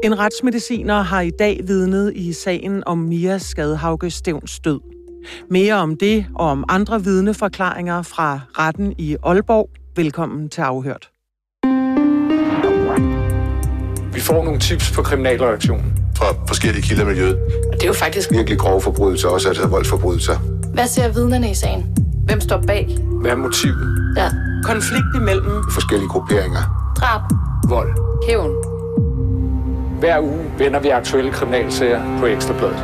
En retsmediciner har i dag vidnet i sagen om Mia Skadhauge Stevns død. Mere om det og om andre vidneforklaringer fra retten i Aalborg. Velkommen til Afhørt. Vi får nogle tips på kriminalreaktionen fra forskellige kilder i miljøet. Og det er jo faktisk virkelig grove forbrydelser, også altså voldsforbrydelser. Hvad ser vidnerne i sagen? Hvem står bag? Hvad er motivet? Ja. Konflikt imellem forskellige grupperinger. Drab. Vold. Hævn. Hver uge vender vi aktuelle kriminalsager på Ekstra Bladet.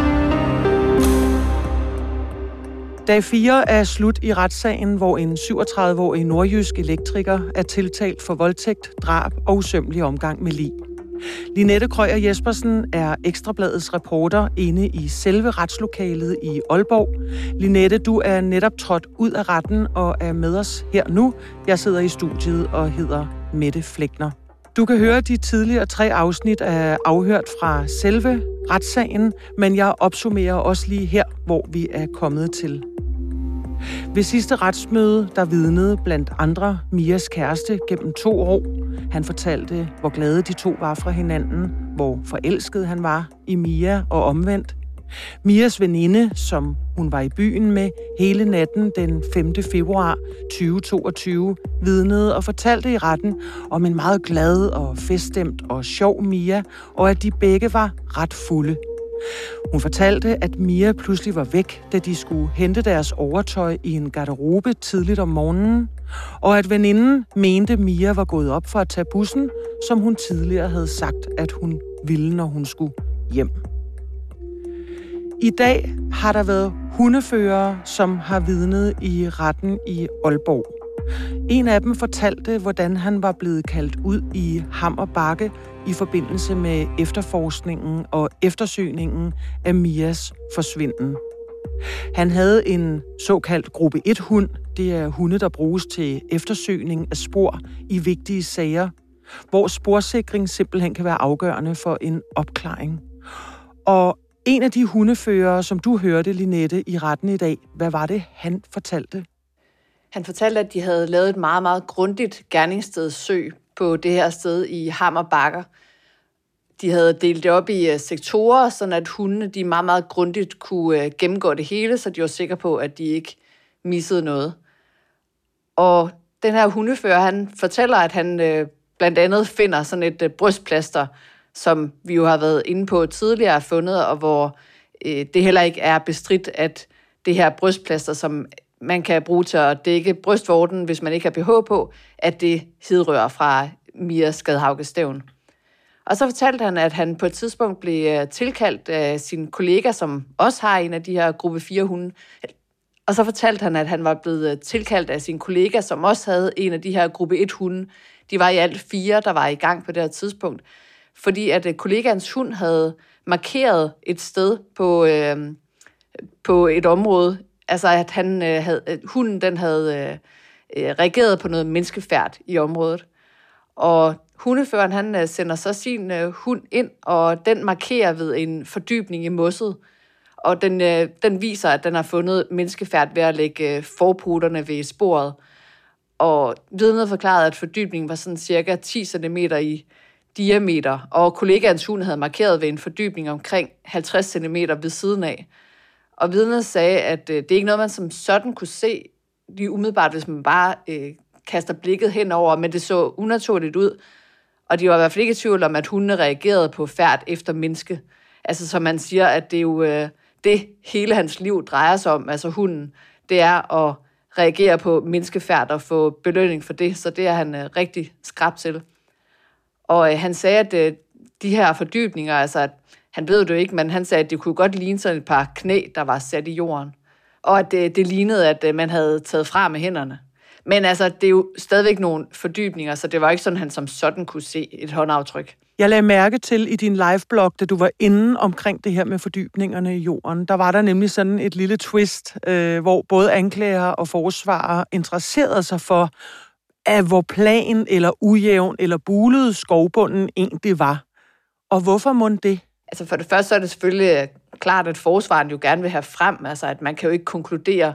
Dag 4 er slut i retssagen, hvor en 37-årig nordjysk elektriker er tiltalt for voldtægt, drab og usømmelig omgang med lig. Linette Krøyer Jespersen er Ekstra Bladets reporter inde i selve retslokalet i Aalborg. Linette, du er netop trådt ud af retten og er med os her nu. Jeg sidder i studiet og hedder Mette Flækner. Du kan høre de tidligere 3 afsnit af Afhørt fra selve retssagen, men jeg opsummerer også lige her, hvor vi er kommet til. Ved sidste retsmøde, der vidnede blandt andre Mias kæreste gennem 2 år. Han fortalte, hvor glade de to var fra hinanden, hvor forelsket han var i Mia og omvendt. Mias veninde, som hun var i byen med hele natten den 5. februar 2022, vidnede og fortalte i retten om en meget glad og feststemt og sjov Mia, og at de begge var ret fulde. Hun fortalte, at Mia pludselig var væk, da de skulle hente deres overtøj i en garderobe tidligt om morgenen, og at veninden mente, Mia var gået op for at tage bussen, som hun tidligere havde sagt, at hun ville, når hun skulle hjem. I dag har der været hundeførere, som har vidnet i retten i Aalborg. En af dem fortalte, hvordan han var blevet kaldt ud i Hammer Bakke i forbindelse med efterforskningen og eftersøgningen af Mias forsvinden. Han havde en såkaldt gruppe 1-hund. Det er hunde, der bruges til eftersøgning af spor i vigtige sager, hvor sporsikring simpelthen kan være afgørende for en opklaring. Og en af de hundeførere, som du hørte, Linette, i retten i dag, hvad var det, han fortalte? Han fortalte, at de havde lavet et meget, meget grundigt gerningsstedssøg på det her sted i Hammer Bakker. De havde delt det op i sektorer, så at hundene de meget, meget grundigt kunne gennemgå det hele, så de var sikre på, at de ikke missede noget. Og den her hundefører, han fortæller, at han blandt andet finder sådan et brystplaster, som vi jo har været inde på tidligere er fundet, og hvor det heller ikke er bestridt, at det her brystplaster, som man kan bruge til at dække brystvorten, hvis man ikke har BH på, at det hidrører fra Mia Skadhauge Stevn. Og så fortalte han, at han på et tidspunkt blev tilkaldt af sin kollega, som også har en af de her gruppe 4 hunde. Og så fortalte han, at han var blevet tilkaldt af sin kollega, som også havde en af de her gruppe 1 hunde. De var i alt 4, der var i gang på det her tidspunkt. Fordi at kollegaens hund havde markeret et sted på et område. Altså at hunden den havde reageret på noget menneskefærd i området. Og hundeføreren han sender så sin hund ind, og den markerer ved en fordybning i mosset. Og den viser, at den har fundet menneskefærd ved at lægge forputerne ved sporet. Og vidnet forklarede, at fordybningen var sådan cirka 10 cm i diameter, og kollegaens hund havde markeret ved en fordybning omkring 50 cm ved siden af. Og vidnet sagde, at det er ikke noget, man som sådan kunne se lige umiddelbart, hvis man bare kaster blikket henover, men det så unaturligt ud. Og de var i hvert fald ikke i tvivl om, at hundene reagerede på færd efter menneske. Altså som man siger, at det er jo det hele hans liv drejer sig om, altså hunden, det er at reagere på menneskefærd og få belønning for det, så det er han rigtig skrap til. Og han sagde, at de her fordybninger, altså at han ved det jo ikke, men han sagde, at det kunne godt ligne sådan et par knæ, der var sat i jorden. Og at det lignede, at man havde taget fra med hænderne. Men altså, det er jo stadigvæk nogle fordybninger, så det var ikke sådan, han som sådan kunne se et håndaftryk. Jeg lagde mærke til i din liveblog, da du var inde omkring det her med fordybningerne i jorden. Der var der nemlig sådan et lille twist, hvor både anklager og forsvarer interesserede sig for, at hvor plan eller ujævn eller bulet skovbunden egentlig var. Og hvorfor mon det? Altså for det første så er det selvfølgelig klart, at forsvaren jo gerne vil have frem, altså at man kan jo ikke konkludere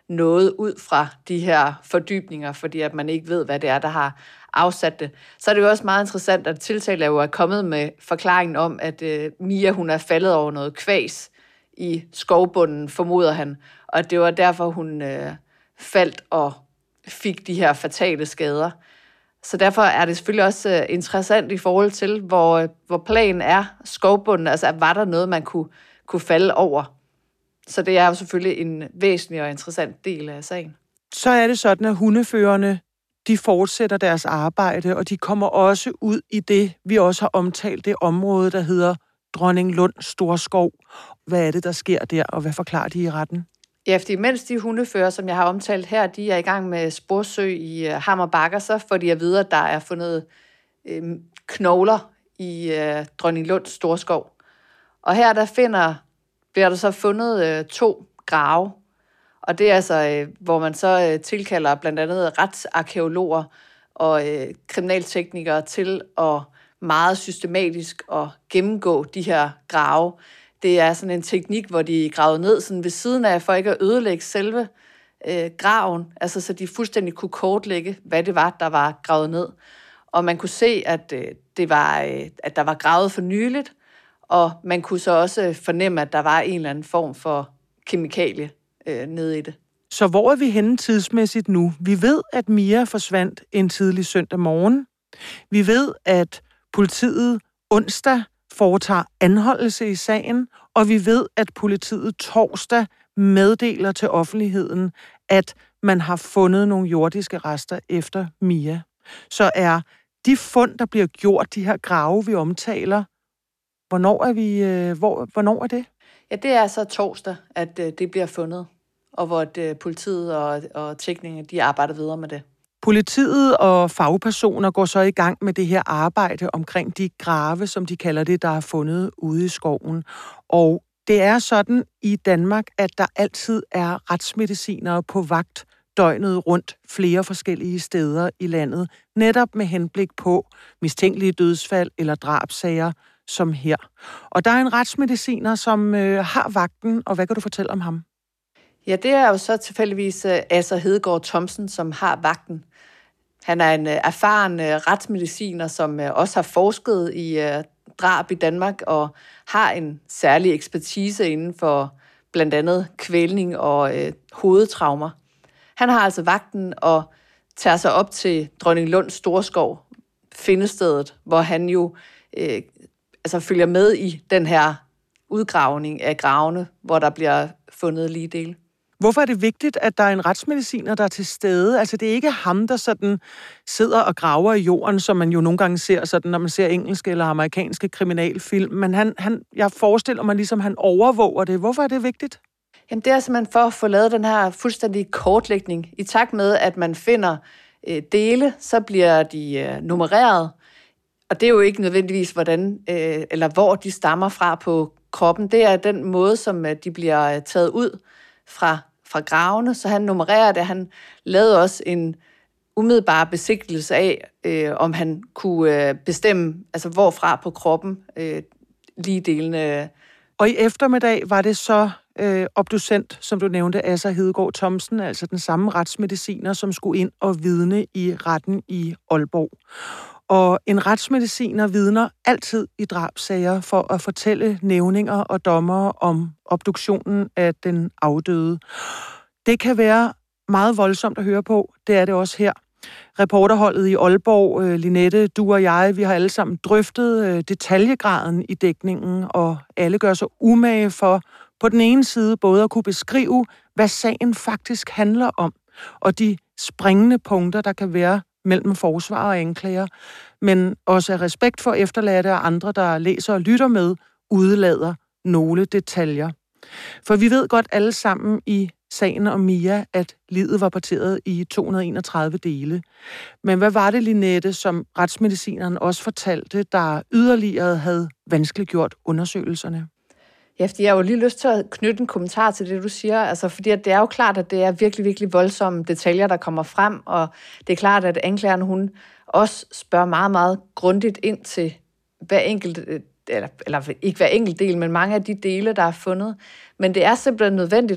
noget ud fra de her fordybninger, fordi at man ikke ved, hvad det er, der har afsat det. Så er det jo også meget interessant, at tiltaler jo er kommet med forklaringen om, at Mia, hun er faldet over noget kvæs i skovbunden, formoder han, og det var derfor, hun faldt og fik de her fatale skader. Så derfor er det selvfølgelig også interessant i forhold til, hvor planen er skovbunden, altså var der noget, man kunne falde over. Så det er jo selvfølgelig en væsentlig og interessant del af sagen. Så er det sådan, at hundeførerne, de fortsætter deres arbejde, og de kommer også ud i det, vi også har omtalt, det område, der hedder Dronninglund Storskov. Hvad er det, der sker der, og hvad forklarer de i retten? Ja, fordi mens de hundefører, som jeg har omtalt her, de er i gang med sporsøg i Hammer Bakker, så får de at vide, at der er fundet knogler i Dronninglund Storskov. Og her bliver der så fundet 2 grave, og det er altså, hvor man så tilkalder blandt andet retsarkæologer og kriminalteknikere til at meget systematisk at gennemgå de her grave. Det er sådan en teknik, hvor de gravede ned sådan ved siden af, for ikke at ødelægge selve graven, altså så de fuldstændig kunne kortlægge, hvad det var, der var gravet ned. Og man kunne se, at der var gravet for nyligt, og man kunne så også fornemme, at der var en eller anden form for kemikalie nede i det. Så hvor er vi henne tidsmæssigt nu? Vi ved, at Mia forsvandt en tidlig søndag morgen. Vi ved, at politiet onsdag foretager anholdelse i sagen, og vi ved, at politiet torsdag meddeler til offentligheden, at man har fundet nogle jordiske rester efter Mia. Så er de fund, der bliver gjort, de her grave, vi omtaler, hvornår er det? Ja, det er så torsdag, at det bliver fundet, og hvor politiet og teknikerne, de arbejder videre med det. Politiet og fagpersoner går så i gang med det her arbejde omkring de grave, som de kalder det, der er fundet ude i skoven. Og det er sådan i Danmark, at der altid er retsmedicinere på vagt døgnet rundt flere forskellige steder i landet, netop med henblik på mistænkelige dødsfald eller drabsager som her. Og der er en retsmediciner, som har vagten, og hvad kan du fortælle om ham? Ja, det er jo så tilfældigvis Asser Hedegaard Thomsen, som har vagten. Han er en erfaren retsmediciner, som også har forsket i drab i Danmark, og har en særlig ekspertise inden for blandt andet kvælning og hovedtraumer. Han har altså vagten og tager sig op til Dronninglund Storskov, findestedet, hvor han jo følger med i den her udgravning af gravene, hvor der bliver fundet lige dele. Hvorfor er det vigtigt, at der er en retsmediciner, der er til stede? Altså, det er ikke ham, der sådan sidder og graver i jorden, som man jo nogle gange ser, sådan, når man ser engelske eller amerikanske kriminalfilm. Men jeg forestiller mig ligesom, han overvåger det. Hvorfor er det vigtigt? Jamen, det er simpelthen for at få lavet den her fuldstændige kortlægning. I takt med, at man finder dele, så bliver de nummereret. Og det er jo ikke nødvendigvis, hvordan eller hvor de stammer fra på kroppen. Det er den måde, som de bliver taget ud fra gravene, så han nummererer det. Han lavede også en umiddelbar besigtelse af, om han kunne bestemme, altså hvorfra på kroppen lige delene. Og i eftermiddag var det så obducent, som du nævnte, Asser Hedegaard Thomsen, altså den samme retsmediciner, som skulle ind og vidne i retten i Aalborg. Og en retsmediciner vidner altid i drabsager for at fortælle nævninger og dommere om obduktionen af den afdøde. Det kan være meget voldsomt at høre på. Det er det også her. Reporterholdet i Aalborg, Linette, du og jeg, vi har alle sammen drøftet detaljegraden i dækningen, og alle gør sig umage for på den ene side både at kunne beskrive, hvad sagen faktisk handler om, og de springende punkter, der kan være mellem forsvar og anklager, men også af respekt for efterladte og andre, der læser og lytter med, udelader nogle detaljer. For vi ved godt alle sammen i sagen om Mia, at livet var parteret i 231 dele. Men hvad var det, Linette, som retsmedicineren også fortalte, der yderligere havde vanskeliggjort undersøgelserne? Ja, fordi jeg har jo lige lyst til at knytte en kommentar til det, du siger. Altså, fordi det er jo klart, at det er virkelig, virkelig voldsomme detaljer, der kommer frem, og det er klart, at anklageren, hun også spørger meget, meget grundigt ind til hver enkelt, eller ikke hver enkelt del, men mange af de dele, der er fundet. Men det er simpelthen nødvendigt at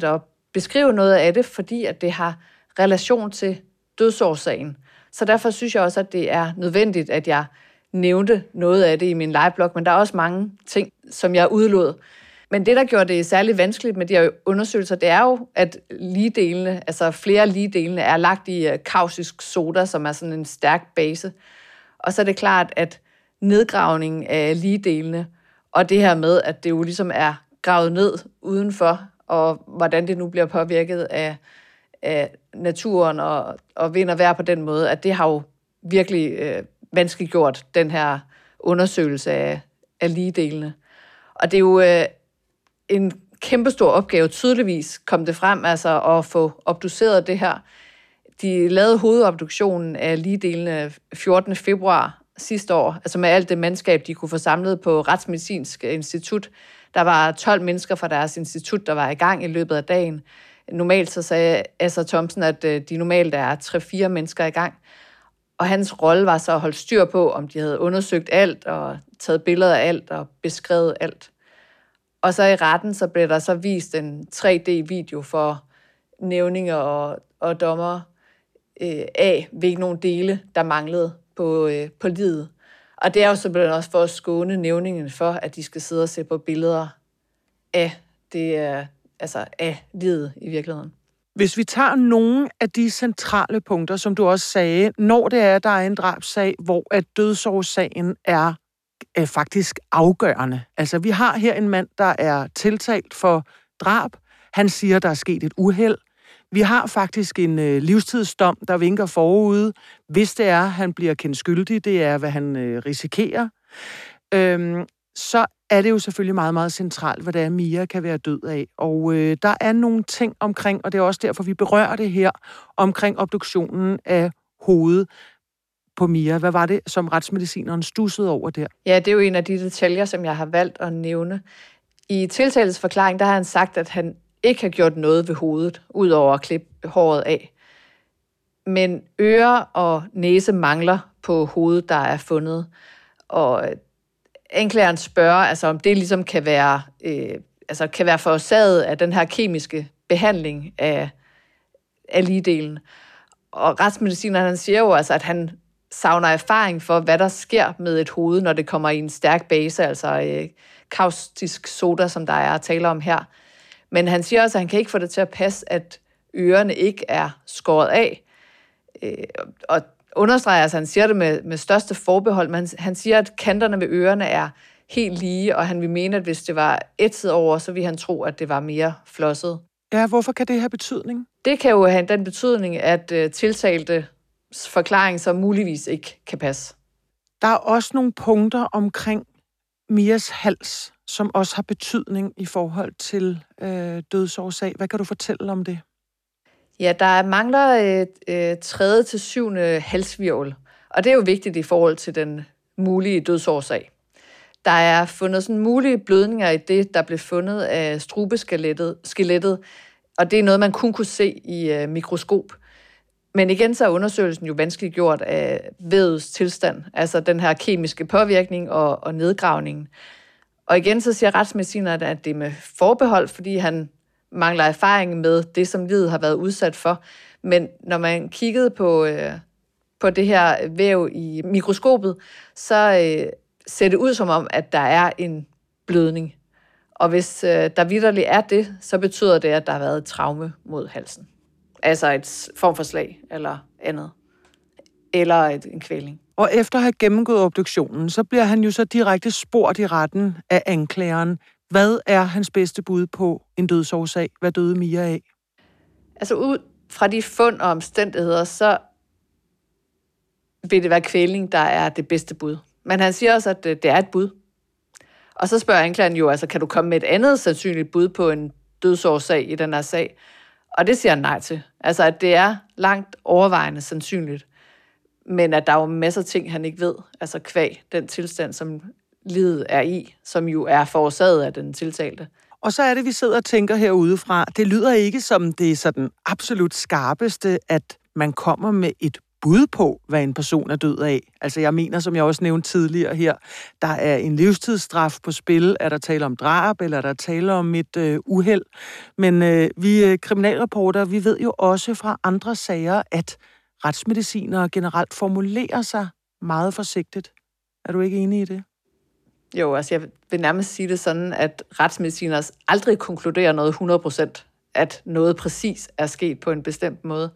beskrive noget af det, fordi at det har relation til dødsårsagen. Så derfor synes jeg også, at det er nødvendigt, at jeg nævnte noget af det i min liveblog, men der er også mange ting, som jeg udelod. Men det, der gjorde det særligt vanskeligt med de her undersøgelser, det er jo, at ligdelene, altså flere ligdelene, er lagt i kausisk soda, som er sådan en stærk base. Og så er det klart, at nedgravningen af ligedelene, og det her med, at det jo ligesom er gravet ned udenfor, og hvordan det nu bliver påvirket af naturen og vind og vejr på den måde, at det har jo virkelig vanskeliggjort den her undersøgelse af ligedelene. Og det er jo en kæmpestor opgave, tydeligvis kom det frem, altså at få obduceret det her. De lavede hovedobduktionen af ligedelene 14. februar sidste år, altså med alt det mandskab, de kunne få samlet på Retsmedicinsk Institut. Der var 12 mennesker fra deres institut, der var i gang i løbet af dagen. Normalt så sagde Asser Thomsen, at de normalt er 3-4 mennesker i gang. Og hans rolle var så at holde styr på, om de havde undersøgt alt og taget billeder af alt og beskrevet alt. Og så i retten, så blev der så vist en 3D-video for nævninger og dommer af, hvilke nogle dele, der manglede på livet. Og det er jo simpelthen også for at skåne nævningen for, at de skal sidde og se på billeder af det, altså af livet i virkeligheden. Hvis vi tager nogle af de centrale punkter, som du også sagde, når det er, der er en drabsag, hvor at dødsårsagen er faktisk afgørende. Altså, vi har her en mand, der er tiltalt for drab. Han siger, der er sket et uheld. Vi har faktisk en livstidsdom, der vinker forude. Hvis det er, han bliver kendt skyldig, det er, hvad han risikerer. Så er det jo selvfølgelig meget, meget centralt, hvad det er, Mia kan være død af. Og der er nogle ting omkring, og det er også derfor, vi berører det her, omkring obduktionen af hovedet på Mia. Hvad var det, som retsmedicineren stussede over der? Ja, det er jo en af de detaljer, som jeg har valgt at nævne. I tiltalelsesforklaringen, der har han sagt, at han ikke har gjort noget ved hovedet, udover at klippe håret af. Men ører og næse mangler på hovedet, der er fundet. Og anklageren spørger, altså om det ligesom kan være forårsaget af den her kemiske behandling af ligedelen. Og retsmedicineren, han siger jo altså, at han savner erfaring for, hvad der sker med et hoved, når det kommer i en stærk base, altså kaustisk soda, som der er at tale om her. Men han siger også, at han kan ikke få det til at passe, at ørerne ikke er skåret af. Og understreger, altså han siger det med største forbehold, men han siger, at kanterne ved ørerne er helt lige, og han vil mene, at hvis det var ætset over, så vil han tro, at det var mere flosset. Ja, hvorfor kan det have betydning? Det kan jo have den betydning, at tiltalte forklaring så muligvis ikke kan passe. Der er også nogle punkter omkring Mias hals, som også har betydning i forhold til dødsårsag. Hvad kan du fortælle om det? Ja, der mangler 3. til 7. halshvirvel, og det er jo vigtigt i forhold til den mulige dødsårsag. Der er fundet sådan mulige blødninger i det, der blev fundet af strubeskelettet, og det er noget, man kun kunne se i mikroskop. Men igen så er undersøgelsen jo vanskeligt gjort af vævets tilstand, altså den her kemiske påvirkning og nedgravningen. Og igen så siger retsmedicineren, at det er med forbehold, fordi han mangler erfaring med det, som livet har været udsat for. Men når man kiggede på det her væv i mikroskopet, så ser det ud som om, at der er en blødning. Og hvis der vitterligt er det, så betyder det, at der har været et traume mod halsen. Altså et form for slag eller andet. Eller en kvælning. Og efter at have gennemgået obduktionen, så bliver han jo så direkte spurgt i retten af anklageren. Hvad er hans bedste bud på en dødsårsag? Hvad døde Mia af? Altså ud fra de fund og omstændigheder, så vil det være kvælning, der er det bedste bud. Men han siger også, at det er et bud. Og så spørger anklageren jo, altså kan du komme med et andet sandsynligt bud på en dødsårsag i den her sag? Og det siger han nej til. Altså at det er langt overvejende sandsynligt. Men at der er jo masser af ting, han ikke ved. Altså kvæg den tilstand, som livet er i, som jo er forårsaget af den tiltalte. Og så er det, vi sidder og tænker herudefra. Det lyder ikke som det sådan absolut skarpeste, at man kommer med et bud på, hvad en person er død af? Altså jeg mener, som jeg også nævnte tidligere her, der er en livstidsstraf på spil. Er der tale om drab, eller er der tale om et uheld? Men vi kriminalreporter, vi ved jo også fra andre sager, at retsmedicinere generelt formulerer sig meget forsigtigt. Er du ikke enig i det? Jo, altså jeg vil nærmest sige det sådan, at retsmedicinere aldrig konkluderer noget 100%, at noget præcis er sket på en bestemt måde.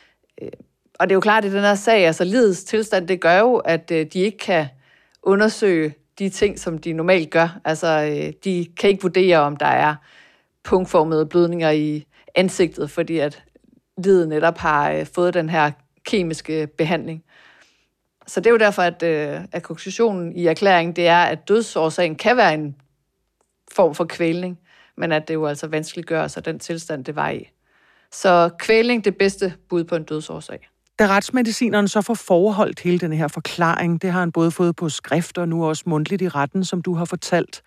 Og det er jo klart, at i den her sag, altså livets tilstand, det gør jo, at de ikke kan undersøge de ting, som de normalt gør. Altså, de kan ikke vurdere, om der er punktformede blødninger i ansigtet, fordi at livet netop har fået den her kemiske behandling. Så det er jo derfor, at konklusionen i erklæringen, det er, at dødsårsagen kan være en form for kvælning, men at det jo altså vanskeliggør sig den tilstand, det var i. Så kvælning, det bedste bud på en dødsårsag. Da retsmedicineren så får forholdt hele den her forklaring, det har han både fået på skrift og nu også mundtligt i retten, som du har fortalt.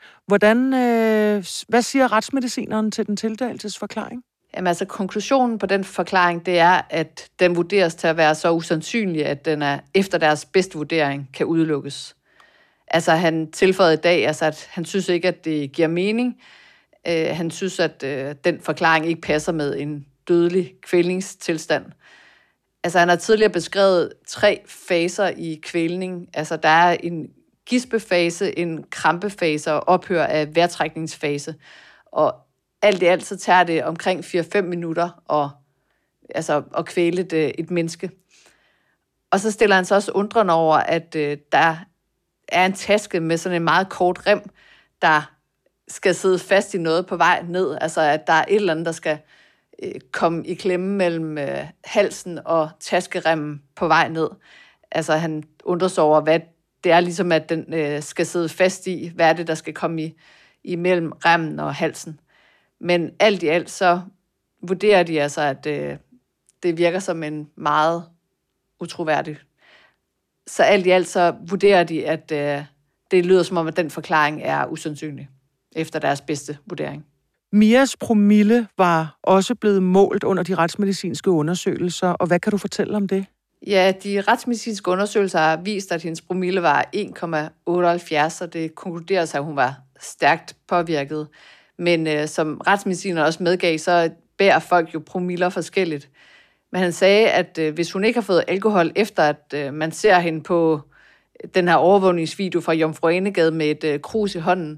Hvad siger retsmedicineren til den tiltalelsesforklaring? Jamen altså, konklusionen på den forklaring, det er, at den vurderes til at være så usandsynlig, at den er efter deres bedste vurdering kan udelukkes. Altså, han tilføjede i dag, altså, at han synes ikke, at det giver mening. Han synes, at den forklaring ikke passer med en dødelig kvælningstilstand. Altså, han har tidligere beskrevet 3 faser i kvælning. Altså, der er en gispefase, en krampefase og ophør af vejrtrækningsfase. Og alt i alt så tager det omkring 4-5 minutter at kvæle et menneske. Og så stiller han sig også undrende over, at der er en taske med sådan en meget kort rem, der skal sidde fast i noget på vej ned. Altså at der er et eller andet, der skal komme i klemme mellem halsen og taskeremmen på vej ned. Altså han undrer sig over, hvad det er ligesom, at den skal sidde fast i. Hvad er det, der skal komme imellem remmen og halsen? Men alt i alt så vurderer de altså, at det virker som en meget utroværdig. Så alt i alt så vurderer de, at det lyder som om, at den forklaring er usandsynlig efter deres bedste vurdering. Mias promille var også blevet målt under de retsmedicinske undersøgelser, og hvad kan du fortælle om det? Ja, de retsmedicinske undersøgelser har vist, at hendes promille var 1,78, og det konkluderer sig, at hun var stærkt påvirket. Men som retsmediciner også medgav, så bærer folk jo promiller forskelligt. Men han sagde, at hvis hun ikke har fået alkohol, efter at man ser hende på den her overvågningsvideo fra Jomfru Ane Gade med et krus i hånden,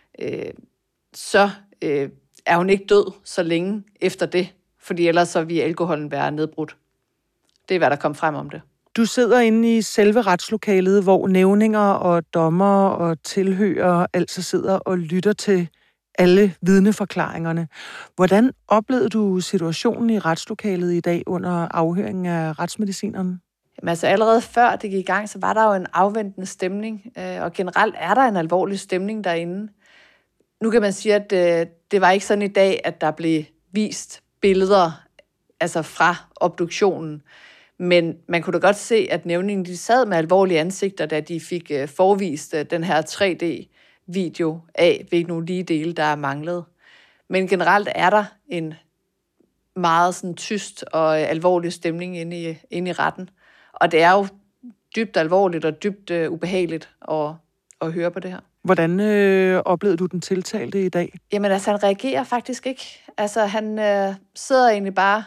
så er hun ikke død så længe efter det, fordi ellers så vil alkoholen være nedbrudt. Det er, hvad der kom frem om det. Du sidder inde i selve retslokalet, hvor nævninger og dommer og tilhører altså sidder og lytter til alle vidneforklaringerne. Hvordan oplevede du situationen i retslokalet i dag under afhøringen af retsmedicineren? Jamen, altså allerede før det gik i gang, så var der jo en afventende stemning, og generelt er der en alvorlig stemning derinde. Nu kan man sige, at det var ikke sådan i dag, at der blev vist billeder altså fra obduktionen, men man kunne da godt se, at nævningen de sad med alvorlige ansigter, da de fik forvist den her 3D-video af, hvilke nogle lige dele, der er manglet. Men generelt er der en meget sådan tyst og alvorlig stemning inde i retten. Og det er jo dybt alvorligt og dybt ubehageligt at høre på det her. Hvordan oplevede du den tiltalte i dag? Jamen altså, han reagerer faktisk ikke. Altså, han sidder egentlig bare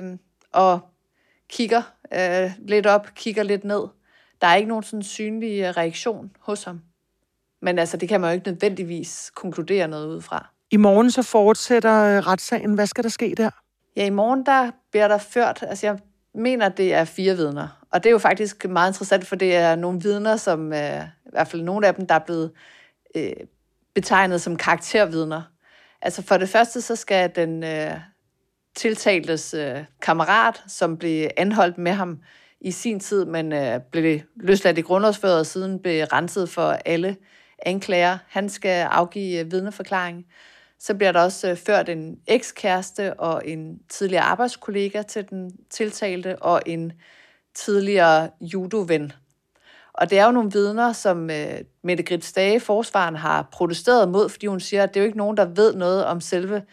og kigger lidt op, kigger lidt ned. Der er ikke nogen sådan synlig reaktion hos ham. Men altså, det kan man jo ikke nødvendigvis konkludere noget ud fra. I morgen så fortsætter retssagen. Hvad skal der ske der? Ja, i morgen der bliver der ført, altså jeg mener, det er 4 vidner. Og det er jo faktisk meget interessant, for det er nogle vidner, som i hvert fald nogle af dem, der er blevet betegnet som karaktervidner. Altså for det første, så skal den tiltaltes kammerat, som blev anholdt med ham i sin tid, men blev løsladt i grundlovsføret og siden blev renset for alle anklager, han skal afgive vidneforklaring. Så bliver der også ført en ekskæreste og en tidligere arbejdskollega til den tiltalte og en tidligere judoven. Og det er jo nogle vidner, som Mette Grits Stage, forsvaren, har protesteret mod, fordi hun siger, at det er jo ikke nogen, der ved noget om selve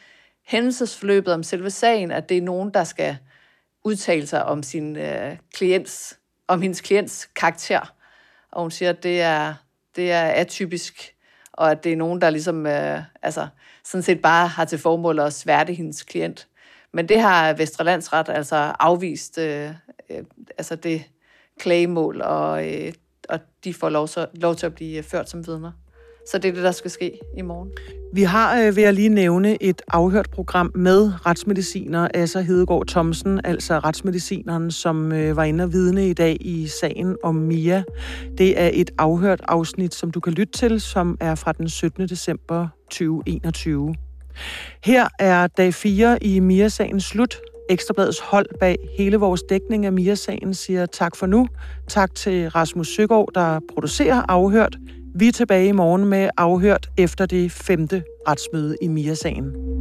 hændelsesforløbet, om selve sagen, at det er nogen, der skal udtale sig om sin klients om hendes klients karakter. Og hun siger, at det er atypisk, og at det er nogen, der ligesom, sådan set bare har til formål at sværte hendes klient. Men det har Vestre Landsret altså afvist, det klagemål, og de får lov til at blive ført som vidner. Så det er det, der skal ske i morgen. Vi har, vil jeg lige nævne, et afhørt program med retsmediciner Asser Hedegaard Thomsen, altså retsmedicineren, som var inde og vidne i dag i sagen om Mia. Det er et afhørt afsnit, som du kan lytte til, som er fra den 17. december 2021. Her er dag 4 i Mia-sagen slut. Ekstrabladets hold bag hele vores dækning af Mia-sagen siger tak for nu. Tak til Rasmus Søgaard, der producerer Afhørt. Vi er tilbage i morgen med Afhørt efter det 5. retsmøde i Mia-sagen.